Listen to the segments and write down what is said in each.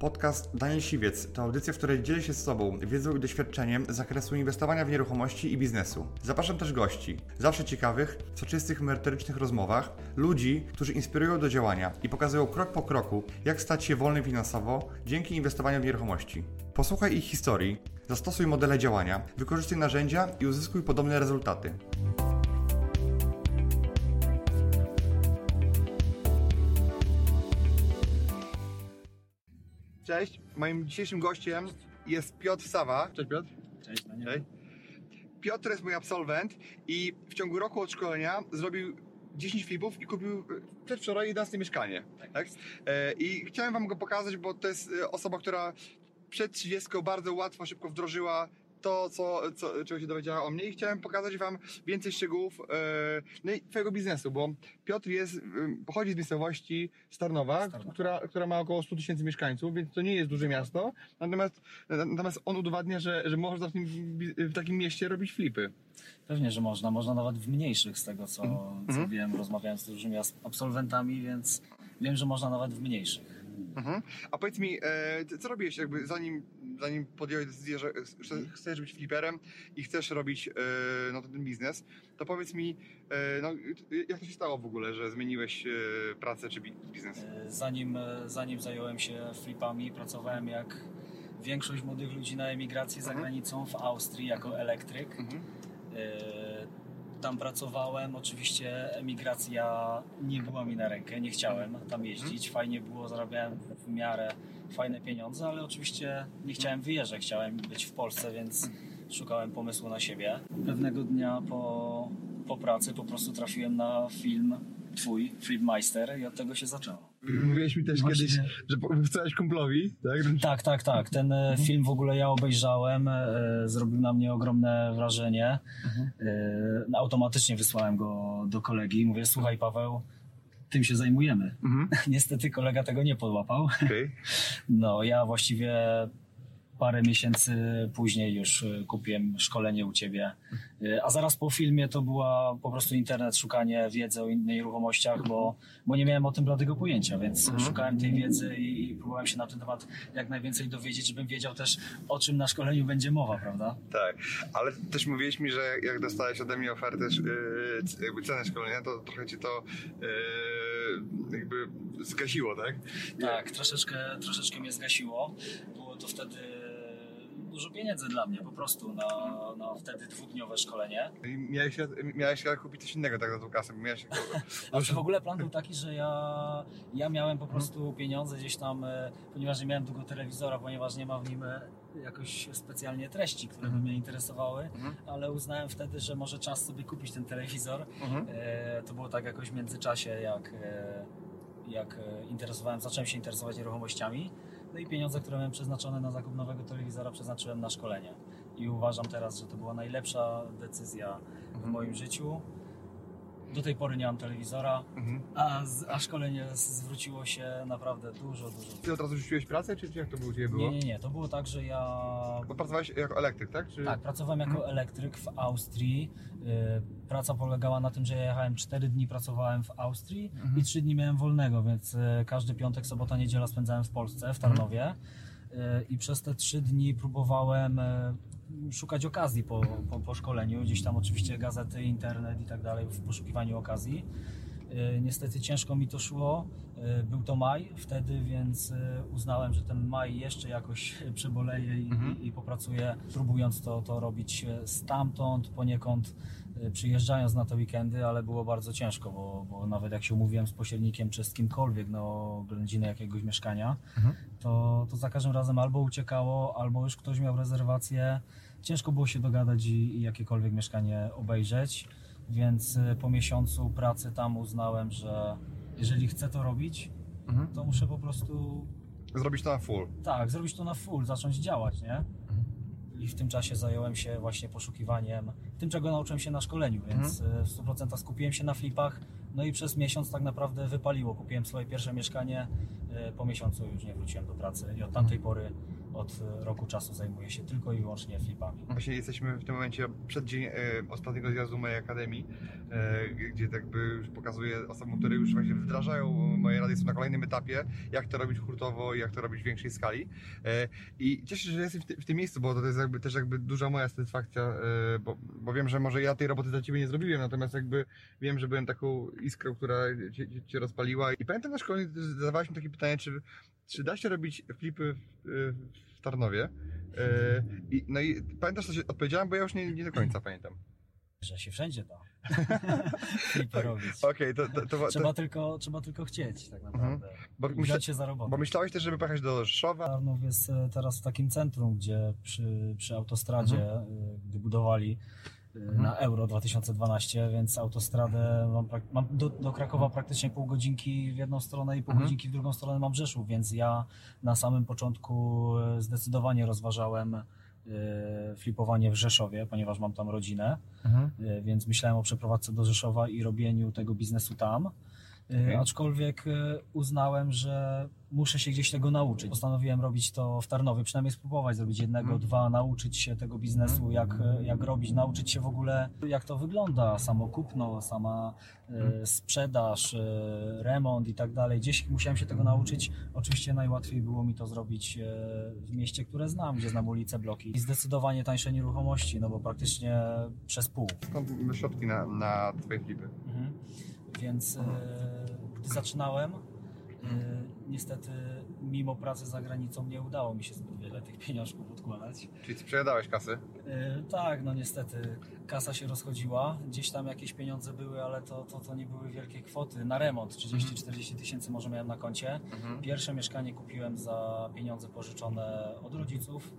Podcast Daniel Siwiec to audycja, w której dzielę się z Tobą wiedzą i doświadczeniem z zakresu inwestowania w nieruchomości i biznesu. Zapraszam też gości, zawsze ciekawych, w soczystych, merytorycznych rozmowach, ludzi, którzy inspirują do działania i pokazują krok po kroku, jak stać się wolnym finansowo dzięki inwestowaniu w nieruchomości. Posłuchaj ich historii, zastosuj modele działania, wykorzystuj narzędzia i uzyskuj podobne rezultaty. Cześć, moim dzisiejszym gościem jest Piotr Sawa. Cześć Piotr. Cześć Daniel. Cześć. Piotr jest mój absolwent i w ciągu roku od szkolenia zrobił 10 flipów i kupił przedwczoraj 11 mieszkanie. Tak? I chciałem wam go pokazać, bo to jest osoba, która przed 30 bardzo łatwo, szybko wdrożyła to, czego się dowiedziała o mnie, i chciałem pokazać wam więcej szczegółów twojego biznesu, bo Piotr pochodzi z miejscowości Starnowa. Która ma około 100 000 mieszkańców, więc to nie jest duże miasto, natomiast on udowadnia, że można w takim mieście robić flipy. Pewnie, że można nawet w mniejszych, z tego co wiem, rozmawiałem z różnymi absolwentami, więc wiem, że można nawet w mniejszych. A powiedz mi, co robiłeś zanim podjąłeś decyzję, że chcesz być fliperem i chcesz robić ten biznes, to powiedz mi, jak to się stało w ogóle, że zmieniłeś pracę czy biznes? Zanim zająłem się flipami, pracowałem jak większość młodych ludzi na emigracji za granicą w Austrii jako elektryk. Tam pracowałem, oczywiście emigracja nie była mi na rękę, nie chciałem tam jeździć, fajnie było, zarabiałem w miarę fajne pieniądze, ale oczywiście nie chciałem wyjeżdżać, chciałem być w Polsce, więc szukałem pomysłu na siebie. Pewnego dnia po pracy po prostu trafiłem na film twój, Flipmeister, i od tego się zaczęło. Mówiłeś mi też kiedyś, że wysłałeś kumplowi, tak? Tak. Ten film w ogóle ja obejrzałem, zrobił na mnie ogromne wrażenie. Automatycznie wysłałem go do kolegi i mówię: słuchaj Paweł, tym się zajmujemy. Niestety kolega tego nie podłapał. Okay. No, ja właściwie parę miesięcy później już kupiłem szkolenie u Ciebie, a zaraz po filmie to była po prostu internet, szukanie wiedzy o innych nieruchomościach, bo nie miałem o tym bladego pojęcia, więc szukałem tej wiedzy i próbowałem się na ten temat jak najwięcej dowiedzieć, żebym wiedział też, o czym na szkoleniu będzie mowa, prawda? Tak, ale też mówiłeś mi, że jak dostałeś ode mnie ofertę, jakby cenę szkolenia, to trochę Cię to jakby zgasiło, tak? Tak, troszeczkę mnie zgasiło. Było to wtedy dużo pieniędzy dla mnie po prostu na wtedy dwudniowe szkolenie. I miałeś kupić coś innego tak za tą kasę, bo miałeś... W ogóle plan był taki, że ja miałem po prostu pieniądze gdzieś tam, ponieważ nie miałem długo telewizora, ponieważ nie ma w nim jakoś specjalnie treści, które by mnie interesowały, ale uznałem wtedy, że może czas sobie kupić ten telewizor. To było tak jakoś w międzyczasie, jak zacząłem się interesować nieruchomościami. No i pieniądze, które miałem przeznaczone na zakup nowego telewizora, przeznaczyłem na szkolenie. I uważam teraz, że to była najlepsza decyzja w moim życiu. Do tej pory nie mam telewizora, a szkolenie zwróciło się naprawdę dużo. Ty od razu rzuciłeś pracę, czy jak to u Ciebie było? Nie. To było tak, że ja... Bo pracowałeś jako elektryk, tak? Tak, pracowałem jako elektryk w Austrii. Praca polegała na tym, że ja jechałem 4 dni, pracowałem w Austrii i 3 dni miałem wolnego, więc każdy piątek, sobota, niedziela spędzałem w Polsce, w Tarnowie. I przez te 3 dni próbowałem szukać okazji po szkoleniu. Gdzieś tam oczywiście gazety, internet i tak dalej w poszukiwaniu okazji. Niestety ciężko mi to szło. Był to maj wtedy, więc uznałem, że ten maj jeszcze jakoś przeboleję i popracuję, próbując to robić stamtąd, poniekąd przyjeżdżając na te weekendy, ale było bardzo ciężko, bo nawet jak się umówiłem z pośrednikiem czy z kimkolwiek o oględziny jakiegoś mieszkania, to za każdym razem albo uciekało, albo już ktoś miał rezerwację. Ciężko było się dogadać i jakiekolwiek mieszkanie obejrzeć. Więc po miesiącu pracy tam uznałem, że jeżeli chcę to robić, to muszę po prostu... Zrobić to na full. Tak, zrobić to na full, zacząć działać, nie? I w tym czasie zająłem się właśnie poszukiwaniem tym, czego nauczyłem się na szkoleniu, więc w 100% skupiłem się na flipach. No i przez miesiąc tak naprawdę wypaliło. Kupiłem swoje pierwsze mieszkanie, po miesiącu już nie wróciłem do pracy i od tamtej pory od roku czasu zajmuję się tylko i wyłącznie flipami. Właśnie jesteśmy w tym momencie przed dzień ostatniego zjazdu mojej akademii, gdzie tak jakby już pokazuję osobom, które już właśnie wdrażają moje rady, są na kolejnym etapie, jak to robić hurtowo i jak to robić w większej skali. I cieszę się, że jestem w tym miejscu, bo to jest jakby też jakby duża moja satysfakcja, bo wiem, że może ja tej roboty dla Ciebie nie zrobiłem, natomiast jakby wiem, że byłem taką iskrą, która Cię rozpaliła. I pamiętam na szkole zadawałeś mi takie pytanie, czy da się robić flipy w Tarnowie? No i pamiętasz, co się odpowiedziałem, bo ja już nie do końca pamiętam. Że się wszędzie da flipy robić. Okej, Trzeba tylko chcieć tak naprawdę. I wziąć się za robotę. Bo myślałeś też, żeby pojechać do Rzeszowa? Tarnów jest teraz w takim centrum, gdzie przy autostradzie, gdy budowali na Euro 2012, więc autostradę mam do Krakowa praktycznie pół godzinki w jedną stronę i pół godzinki w drugą stronę mam Rzeszów, więc ja na samym początku zdecydowanie rozważałem flipowanie w Rzeszowie, ponieważ mam tam rodzinę, więc myślałem o przeprowadzce do Rzeszowa i robieniu tego biznesu tam. Aczkolwiek uznałem, że muszę się gdzieś tego nauczyć. Postanowiłem robić to w Tarnowie, przynajmniej spróbować zrobić jednego, dwa, nauczyć się tego biznesu, jak robić, nauczyć się w ogóle, jak to wygląda, samo kupno, sama sprzedaż, remont i tak dalej. Gdzieś musiałem się tego nauczyć. Oczywiście najłatwiej było mi to zrobić w mieście, które znam, gdzie znam ulice, bloki i zdecydowanie tańsze nieruchomości, no bo praktycznie przez pół. Skąd środki na Twoje flipy? Więc gdy zaczynałem, niestety mimo pracy za granicą nie udało mi się zbyt wiele tych pieniążków odkładać. Czyli przejadałeś kasy? Tak, no niestety kasa się rozchodziła, gdzieś tam jakieś pieniądze były, ale to nie były wielkie kwoty. Na remont 30-40 tysięcy może miałem na koncie. Pierwsze mieszkanie kupiłem za pieniądze pożyczone od rodziców.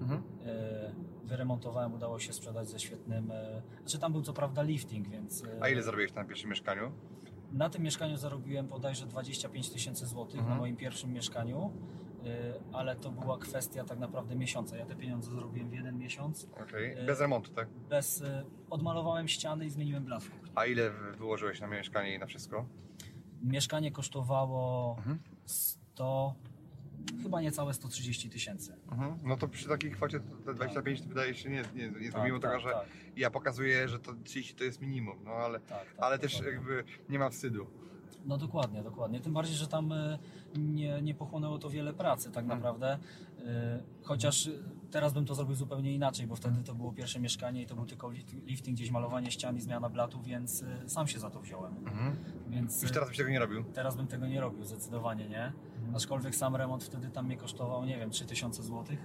Wyremontowałem, udało się sprzedać ze świetnym... Znaczy tam był co prawda lifting, więc... A ile zarobiłeś na pierwszym mieszkaniu? Na tym mieszkaniu zarobiłem bodajże 25 tysięcy złotych na moim pierwszym mieszkaniu, ale to była kwestia tak naprawdę miesiąca. Ja te pieniądze zarobiłem w jeden miesiąc. Okej. Bez remontu, tak? Odmalowałem ściany i zmieniłem blat w kuchni. A ile wyłożyłeś na mieszkanie i na wszystko? Mieszkanie kosztowało 100... Chyba niecałe 130 tysięcy. No to przy takiej kwocie te 25 to wydaje się nie pomimo tego, że ja pokazuję, że to 30 to jest minimum, no ale też jakby nie ma wstydu. No dokładnie. Tym bardziej, że tam nie pochłonęło to wiele pracy tak naprawdę. Chociaż teraz bym to zrobił zupełnie inaczej, bo wtedy to było pierwsze mieszkanie i to był tylko lifting, gdzieś malowanie ścian i zmiana blatu, więc sam się za to wziąłem. Więc już teraz byś tego nie robił? Teraz bym tego nie robił, zdecydowanie nie. Aczkolwiek sam remont wtedy tam mnie kosztował, nie wiem, 3000 złotych.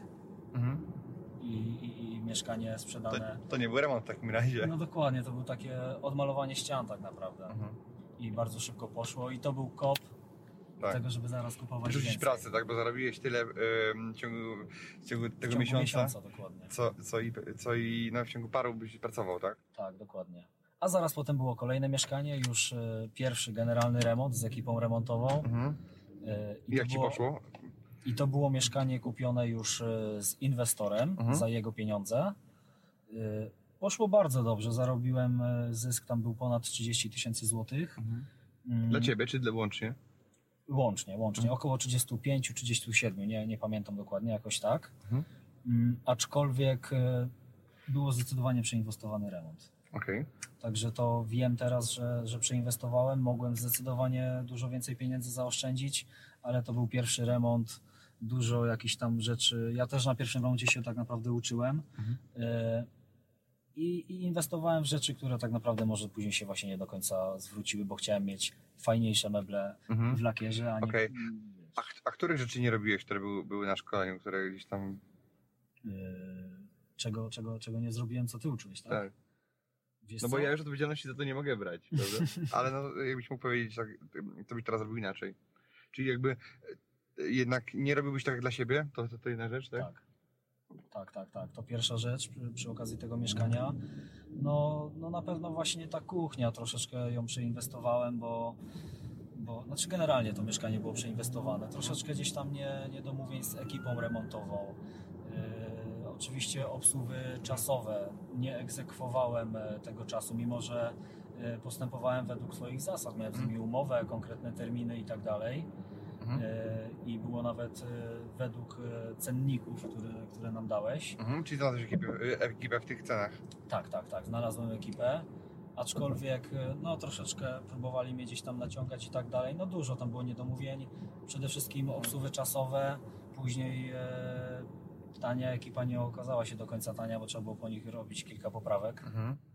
I mieszkanie sprzedane. To nie był remont w takim razie. No dokładnie, to było takie odmalowanie ścian tak naprawdę. I bardzo szybko poszło i to był kop tego, żeby zaraz kupować rzucić więcej. pracę, tak? Bo zarobiłeś tyle w ciągu tego miesiąca dokładnie. Co i no, w ciągu paru byś pracował, tak? Tak, dokładnie. A zaraz potem było kolejne mieszkanie, już pierwszy generalny remont z ekipą remontową. I jak Ci poszło? I to było mieszkanie kupione już z inwestorem za jego pieniądze. Poszło bardzo dobrze, zarobiłem zysk, tam był ponad 30 tysięcy złotych. Dla Ciebie czy łącznie? Łącznie, około 35-37, nie pamiętam dokładnie, jakoś tak. Aczkolwiek było zdecydowanie przeinwestowany remont. Także to wiem teraz, że przeinwestowałem, mogłem zdecydowanie dużo więcej pieniędzy zaoszczędzić, ale to był pierwszy remont, dużo jakichś tam rzeczy. Ja też na pierwszym remoncie się tak naprawdę uczyłem i inwestowałem w rzeczy, które tak naprawdę może później się właśnie nie do końca zwróciły, bo chciałem mieć fajniejsze meble w lakierze, a nie... A których rzeczy nie robiłeś, które były na szkoleniu, które gdzieś tam... Czego nie zrobiłem, co ty uczyłeś, tak? No bo ja już odpowiedzialności za to nie mogę brać, prawda? Ale no, jakbyś mógł powiedzieć, tak, to byś teraz robił inaczej. Czyli jakby jednak nie robiłbyś tak dla siebie, to inna rzecz, tak? Tak. To pierwsza rzecz przy okazji tego mieszkania. No na pewno właśnie ta kuchnia, troszeczkę ją przeinwestowałem, bo znaczy generalnie to mieszkanie było przeinwestowane. Troszeczkę gdzieś tam niedomówień z ekipą remontową. Oczywiście obsługi czasowe. Nie egzekwowałem tego czasu, mimo że postępowałem według swoich zasad. Miałem z nimi umowę, konkretne terminy i tak dalej. i było nawet według cenników, które nam dałeś. Czyli znalazłeś ekipę w tych cenach. Tak, znalazłem ekipę, aczkolwiek no troszeczkę próbowali mnie gdzieś tam naciągać i tak dalej. No dużo tam było niedomówień, przede wszystkim obsługi czasowe, później tania ekipa nie okazała się do końca tania, bo trzeba było po nich robić kilka poprawek.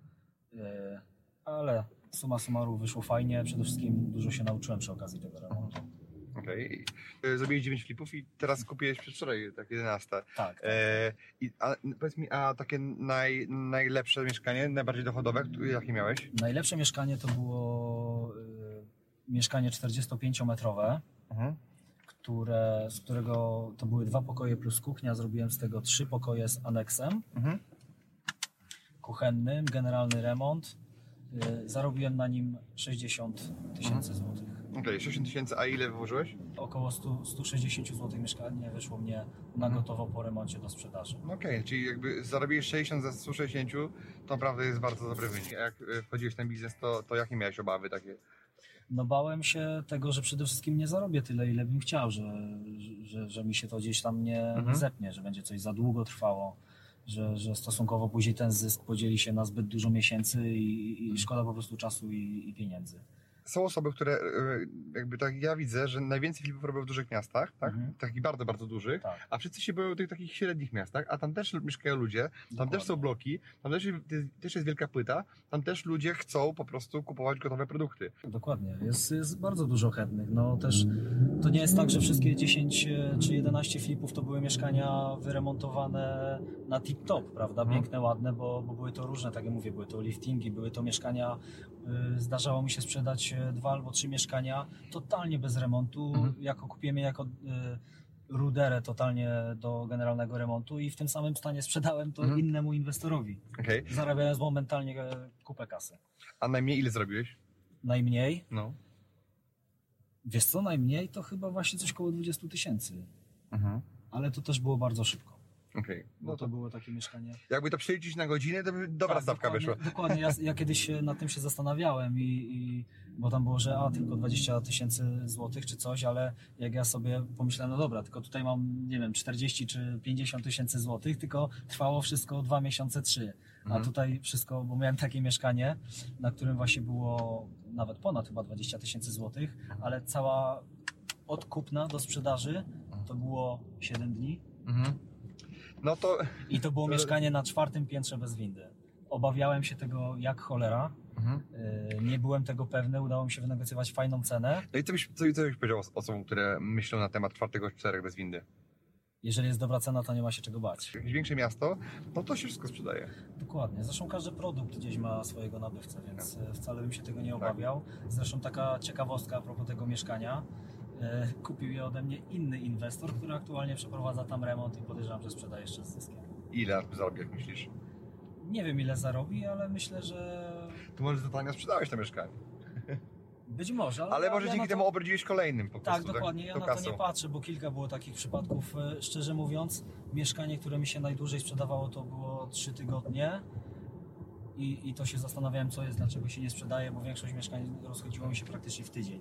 Ale summa summarum wyszło fajnie, przede wszystkim dużo się nauczyłem przy okazji tego remontu. Okej. Zrobiłeś 9 flipów i teraz kupiłeś przedwczoraj, tak 11. Tak. Powiedz mi, a takie najlepsze mieszkanie, najbardziej dochodowe, jakie miałeś? Najlepsze mieszkanie to było mieszkanie 45-metrowe, z którego to były 2 pokoje plus kuchnia. Zrobiłem z tego 3 pokoje z aneksem kuchennym, generalny remont. Zarobiłem na nim 60 000 złotych. Okej, 60 000, a ile wyłożyłeś? Około 160 zł mieszkanie wyszło mnie na gotowo po remoncie do sprzedaży. Okej, czyli jakby zarobiłeś 60 za 160, to naprawdę jest bardzo dobry wynik. A jak wchodziłeś w ten biznes, to jakie miałeś obawy takie? No bałem się tego, że przede wszystkim nie zarobię tyle, ile bym chciał, że mi się to gdzieś tam nie zepnie, że będzie coś za długo trwało, że stosunkowo później ten zysk podzieli się na zbyt dużo miesięcy i szkoda po prostu czasu i pieniędzy. Są osoby, które jakby tak ja widzę, że najwięcej flipów robią w dużych miastach, tak? Takich bardzo, bardzo dużych, a wszyscy się boją tych takich średnich miastach, a tam też mieszkają ludzie, tam też są bloki, tam też jest wielka płyta, tam też ludzie chcą po prostu kupować gotowe produkty. Dokładnie, jest bardzo dużo chętnych. No też to nie jest tak, że wszystkie 10 czy 11 flipów to były mieszkania wyremontowane na tip-top, prawda? Piękne, ładne, bo były to różne, tak jak mówię, były to liftingi, były to mieszkania. Zdarzało mi się sprzedać 2 albo 3 mieszkania totalnie bez remontu, kupiłem je jako ruderę totalnie do generalnego remontu i w tym samym stanie sprzedałem to innemu inwestorowi, zarabiając momentalnie kupę kasy. A najmniej ile zrobiłeś? Najmniej? No. Wiesz co, najmniej to chyba właśnie coś koło 20 000, ale to też było bardzo szybko. No to było takie mieszkanie. Jakby to przeliczyć na godzinę, to by dobra stawka wyszła. Dokładnie, ja kiedyś nad tym się zastanawiałem, bo tam było, że tylko 20 000 złotych czy coś, ale jak ja sobie pomyślałem, no dobra, tylko tutaj mam, nie wiem, 40 czy 50 000 złotych, tylko trwało wszystko 2 miesiące, 3. A tutaj wszystko, bo miałem takie mieszkanie, na którym właśnie było nawet ponad chyba 20 000 złotych, ale cała od kupna do sprzedaży to było 7 dni. No to... I to było mieszkanie na 4. piętrze bez windy. Obawiałem się tego jak cholera. Nie byłem tego pewny, udało mi się wynegocjować fajną cenę. No i co byś powiedział osobom, które myślą na temat 4. czy 4 bez windy? Jeżeli jest dobra cena, to nie ma się czego bać. Jakieś większe miasto, no to się wszystko sprzedaje. Dokładnie. Zresztą każdy produkt gdzieś ma swojego nabywcę, więc wcale bym się tego nie obawiał. Zresztą taka ciekawostka a propos tego mieszkania. Kupił je ode mnie inny inwestor, który aktualnie przeprowadza tam remont i podejrzewam, że sprzeda jeszcze z zyskiem. Ile zarobi, jak myślisz? Nie wiem ile zarobi, ale myślę, że... To może za tanio sprzedałeś to mieszkanie. Być może, ale może dzięki temu obrodziłeś kolejnym po prostu. Tak, dokładnie, ja na to nie patrzę, bo kilka było takich przypadków. Szczerze mówiąc, mieszkanie, które mi się najdłużej sprzedawało, to było 3 tygodnie. I to się zastanawiałem, co jest, dlaczego się nie sprzedaje, bo większość mieszkań rozchodziło mi się praktycznie w tydzień.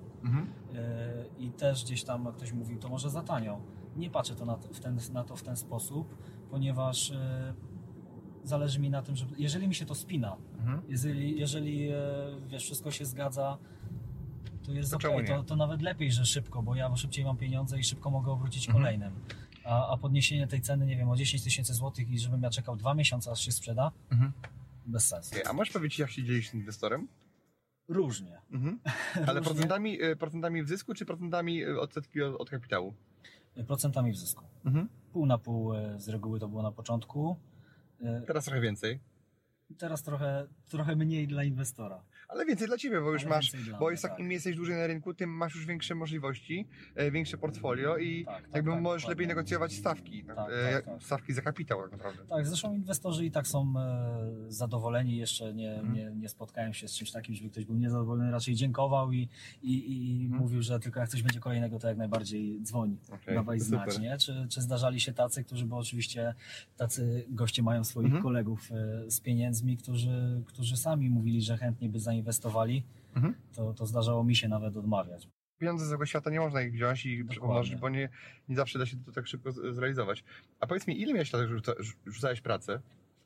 I też gdzieś tam ktoś mówił, to może za tanio. Nie patrzę na to w ten sposób, ponieważ zależy mi na tym, że jeżeli mi się to spina, jeżeli wiesz, wszystko się zgadza, to jest okej, to nawet lepiej, że szybko, bo ja szybciej mam pieniądze i szybko mogę obrócić kolejnym. A podniesienie tej ceny, nie wiem, o 10 000 złotych i żebym ja czekał 2 miesiące, aż się sprzeda, bez sensu. A możesz powiedzieć, jak się dzielisz z inwestorem? Różnie. Ale procentami w zysku, czy procentami odsetki od kapitału? Procentami w zysku. Pół na pół z reguły to było na początku. Teraz trochę więcej. Teraz trochę mniej dla inwestora. Ale więcej dla Ciebie, bo już masz, im jesteś dłużej na rynku, tym masz już większe możliwości, większe portfolio i możesz lepiej negocjować stawki. Stawki za kapitał tak naprawdę. Tak, zresztą inwestorzy i tak są zadowoleni, jeszcze nie spotkałem się z czymś takim, żeby ktoś był niezadowolony, raczej dziękował i mówił, że tylko jak coś będzie kolejnego, to jak najbardziej dzwoni, dawaj znać, nie? Czy zdarzali się tacy, bo oczywiście tacy goście mają swoich kolegów z pieniędzmi, którzy sami mówili, że chętnie by zainwestowali, to zdarzało mi się nawet odmawiać. pieniądze z tego świata nie można ich wziąć i pomnożyć, bo nie zawsze da się to tak szybko zrealizować. A powiedz mi, ile miałeś lat, że rzucałeś pracę?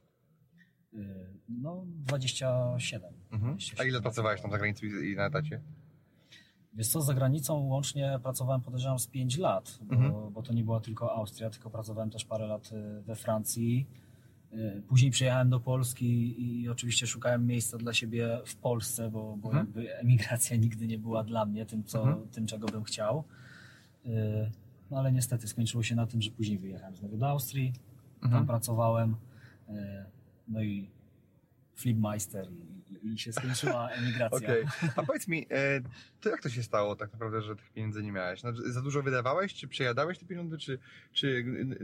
No 27. 27. A ile pracowałeś tam za granicą i na etacie? Wiesz co, za granicą łącznie pracowałem, podejrzewam, z 5 lat, bo to nie była tylko Austria, tylko pracowałem też parę lat we Francji. Później przyjechałem do Polski i oczywiście szukałem miejsca dla siebie w Polsce, bo jakby emigracja nigdy nie była dla mnie tym, czego bym chciał. No ale niestety skończyło się na tym, że później wyjechałem znowu do Austrii, tam pracowałem, no i Flipmeister i się skończyła emigracja. Okej. A powiedz mi, to jak to się stało tak naprawdę, że tych pieniędzy nie miałeś? Znaczy, za dużo wydawałeś, czy przejadałeś te pieniądze, czy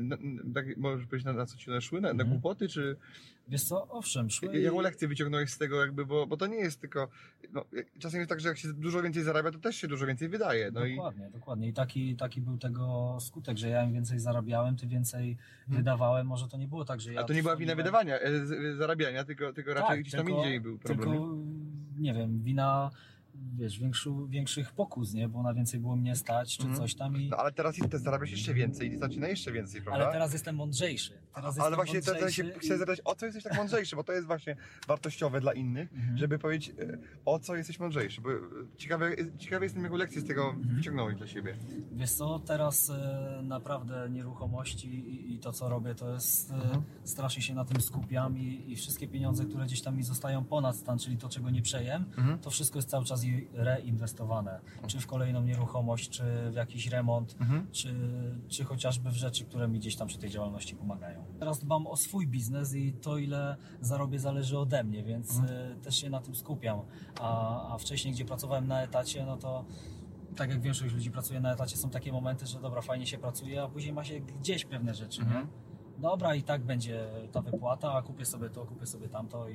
tak, możesz powiedzieć, na co ci one szły? Na głupoty, czy... Wiesz co, owszem, szły. Jaką lekcję wyciągnąłeś z tego jakby, bo to nie jest tylko... No, czasem jest tak, że jak się dużo więcej zarabia, to też się dużo więcej wydaje. No Dokładnie. I taki był tego skutek, że ja im więcej zarabiałem, tym więcej wydawałem. Może to nie było tak, że ja... A to nie była wina wydawania, zarabiania, tylko raczej gdzieś tam indziej był problem. Tylko, nie wiem, wina... Wiesz, większych pokus, nie? Bo na więcej było mnie stać, czy coś tam i... No ale teraz zarabiasz jeszcze więcej i stać na jeszcze więcej, prawda? Ale teraz jestem mądrzejszy. Ale właśnie teraz się chcę zapytać, o co jesteś tak mądrzejszy, bo to jest właśnie wartościowe dla innych, żeby powiedzieć, o co jesteś mądrzejszy, bo ciekawy jestem, jaką lekcję z tego wyciągnąłeś dla siebie. Wiesz co, teraz naprawdę nieruchomości i to, co robię, to jest... Strasznie się na tym skupiam i wszystkie pieniądze, które gdzieś tam mi zostają ponad stan, czyli to, czego nie przejem, to wszystko jest cały czas reinwestowane. Czy w kolejną nieruchomość, czy w jakiś remont, czy chociażby w rzeczy, które mi gdzieś tam przy tej działalności pomagają. Teraz dbam o swój biznes i to, ile zarobię, zależy ode mnie, więc też się na tym skupiam. A wcześniej, gdzie pracowałem na etacie, no to tak jak większość ludzi pracuje na etacie, są takie momenty, że dobra, fajnie się pracuje, a później ma się gdzieś pewne rzeczy, nie? Dobra, i tak będzie ta wypłata, a kupię sobie to, kupię sobie tamto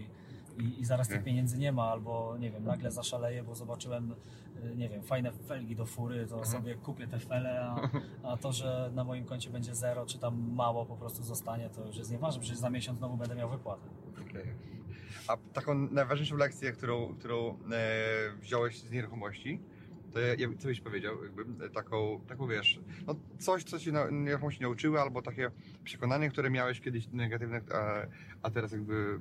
i zaraz tych pieniędzy nie ma, albo nie wiem, nagle zaszaleję, bo zobaczyłem, nie wiem, fajne felgi do fury, to sobie kupię te fele, a to, że na moim koncie będzie zero, czy tam mało po prostu zostanie, to już jest nieważne, przecież za miesiąc znowu będę miał wypłatę. Okay. A taką najważniejszą lekcję, którą wziąłeś z nieruchomości, to co byś powiedział, jakby taką wiesz, no coś, co się nieruchomości nauczyły, albo takie przekonanie, które miałeś kiedyś negatywne, a teraz jakby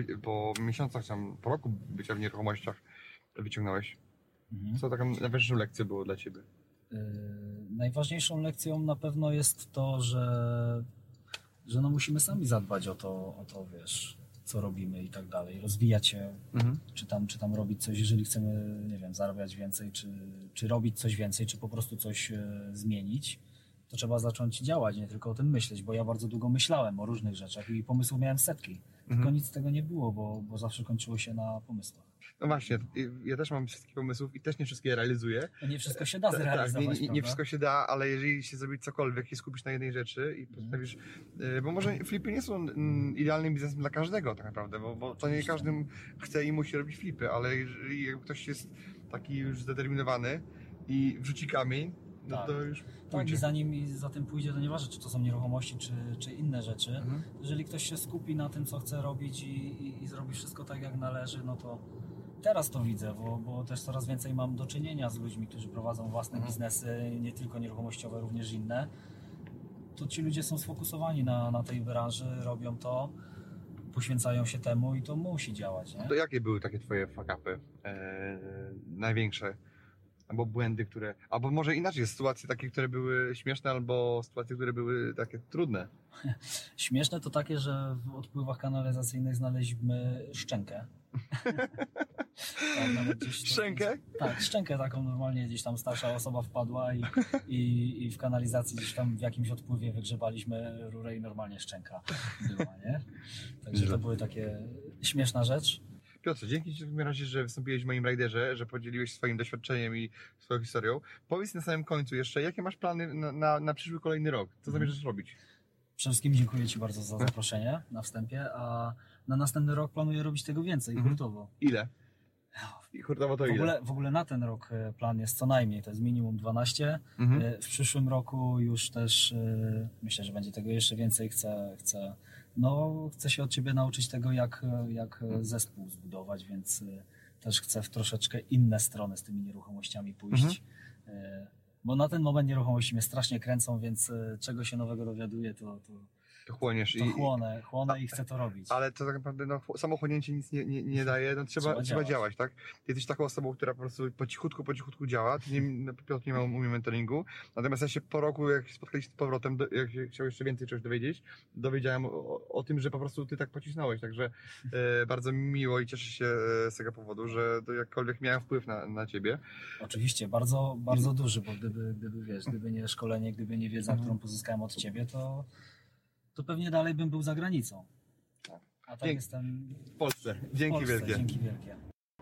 po miesiącach, tam, po roku bycia w nieruchomościach wyciągnąłeś. Co taką najważniejszą lekcją było dla ciebie? Najważniejszą lekcją na pewno jest to, że no musimy sami zadbać o to, wiesz, co robimy i tak dalej, rozwijać się, czy tam robić coś, jeżeli chcemy, nie wiem, zarabiać więcej, czy robić coś więcej, czy po prostu coś zmienić, to trzeba zacząć działać, nie tylko o tym myśleć, bo ja bardzo długo myślałem o różnych rzeczach i pomysłów miałem setki, tylko nic z tego nie było, bo zawsze kończyło się na pomysłach. No właśnie, ja też mam wszystkich pomysłów i też nie wszystkie realizuję. Nie wszystko się da zrealizować, nie wszystko się da, ale jeżeli się zrobi cokolwiek i skupisz na jednej rzeczy i postawisz, bo może flipy nie są idealnym biznesem dla każdego tak naprawdę, bo to nie każdy chce i musi robić flipy, ale jeżeli ktoś jest taki już zdeterminowany i wrzuci kamień, no to już pójdzie. Tak, i zanim i za tym pójdzie, to nieważne, czy to są nieruchomości, czy inne rzeczy. Jeżeli ktoś się skupi na tym, co chce robić i zrobi wszystko tak, jak należy, no to teraz to widzę, bo też coraz więcej mam do czynienia z ludźmi, którzy prowadzą własne biznesy, nie tylko nieruchomościowe, również inne. To ci ludzie są sfokusowani na tej branży, robią to, poświęcają się temu i to musi działać, nie? To jakie były takie twoje fuck-upy największe? Albo błędy, albo może inaczej, sytuacje takie, które były śmieszne, albo sytuacje, które były takie trudne. Śmieszne to takie, że w odpływach kanalizacyjnych znaleźliśmy szczękę. Tak, nawet szczękę? Tak, szczękę taką normalnie gdzieś tam starsza osoba wpadła i w kanalizacji gdzieś tam w jakimś odpływie wygrzebaliśmy rurę i normalnie szczęka była, nie? Także to były takie śmieszna rzecz. Piotrze, dzięki Ci w takim razie, że wystąpiłeś w moim rajderze, że podzieliłeś swoim doświadczeniem i swoją historią. Powiedz na samym końcu jeszcze, jakie masz plany na przyszły kolejny rok? Co zamierzasz robić? Przede wszystkim dziękuję Ci bardzo za zaproszenie na wstępie, a na następny rok planuję robić tego więcej, hurtowo. Ile? I hurtowo to ile? W ogóle na ten rok plan jest co najmniej, to jest minimum 12. W przyszłym roku już też myślę, że będzie tego jeszcze więcej. Chcę się od Ciebie nauczyć tego, jak zespół zbudować, więc też chcę w troszeczkę inne strony z tymi nieruchomościami pójść. Bo na ten moment nieruchomości mnie strasznie kręcą, więc czego się nowego dowiaduję, to Chłoniesz. chłonę i chcę to robić. Ale to tak naprawdę samo chłonięcie nic nie daje, trzeba działać, tak? Ty jesteś taką osobą, która po prostu po cichutku działa, ty Piotr nie ma u mnie mentoringu, natomiast ja się po roku, jak się spotkaliśmy z powrotem, jak się chciał jeszcze więcej czegoś dowiedziałem o tym, że po prostu ty tak pocisnąłeś, także bardzo mi miło i cieszę się z tego powodu, że to jakkolwiek miałem wpływ na ciebie. Oczywiście, bardzo, bardzo duży, bo gdyby nie szkolenie, gdyby nie wiedza, którą pozyskałem od ciebie, to pewnie dalej bym był za granicą. A tak jestem w Polsce. Dzięki wielkie. Dzięki wielkie.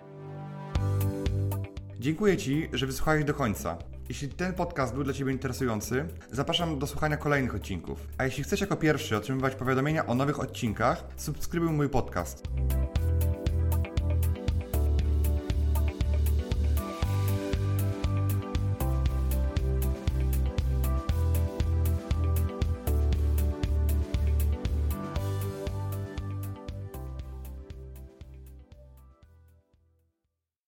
Dziękuję Ci, że wysłuchałeś do końca. Jeśli ten podcast był dla Ciebie interesujący, zapraszam do słuchania kolejnych odcinków. A jeśli chcesz jako pierwszy otrzymywać powiadomienia o nowych odcinkach, subskrybuj mój podcast.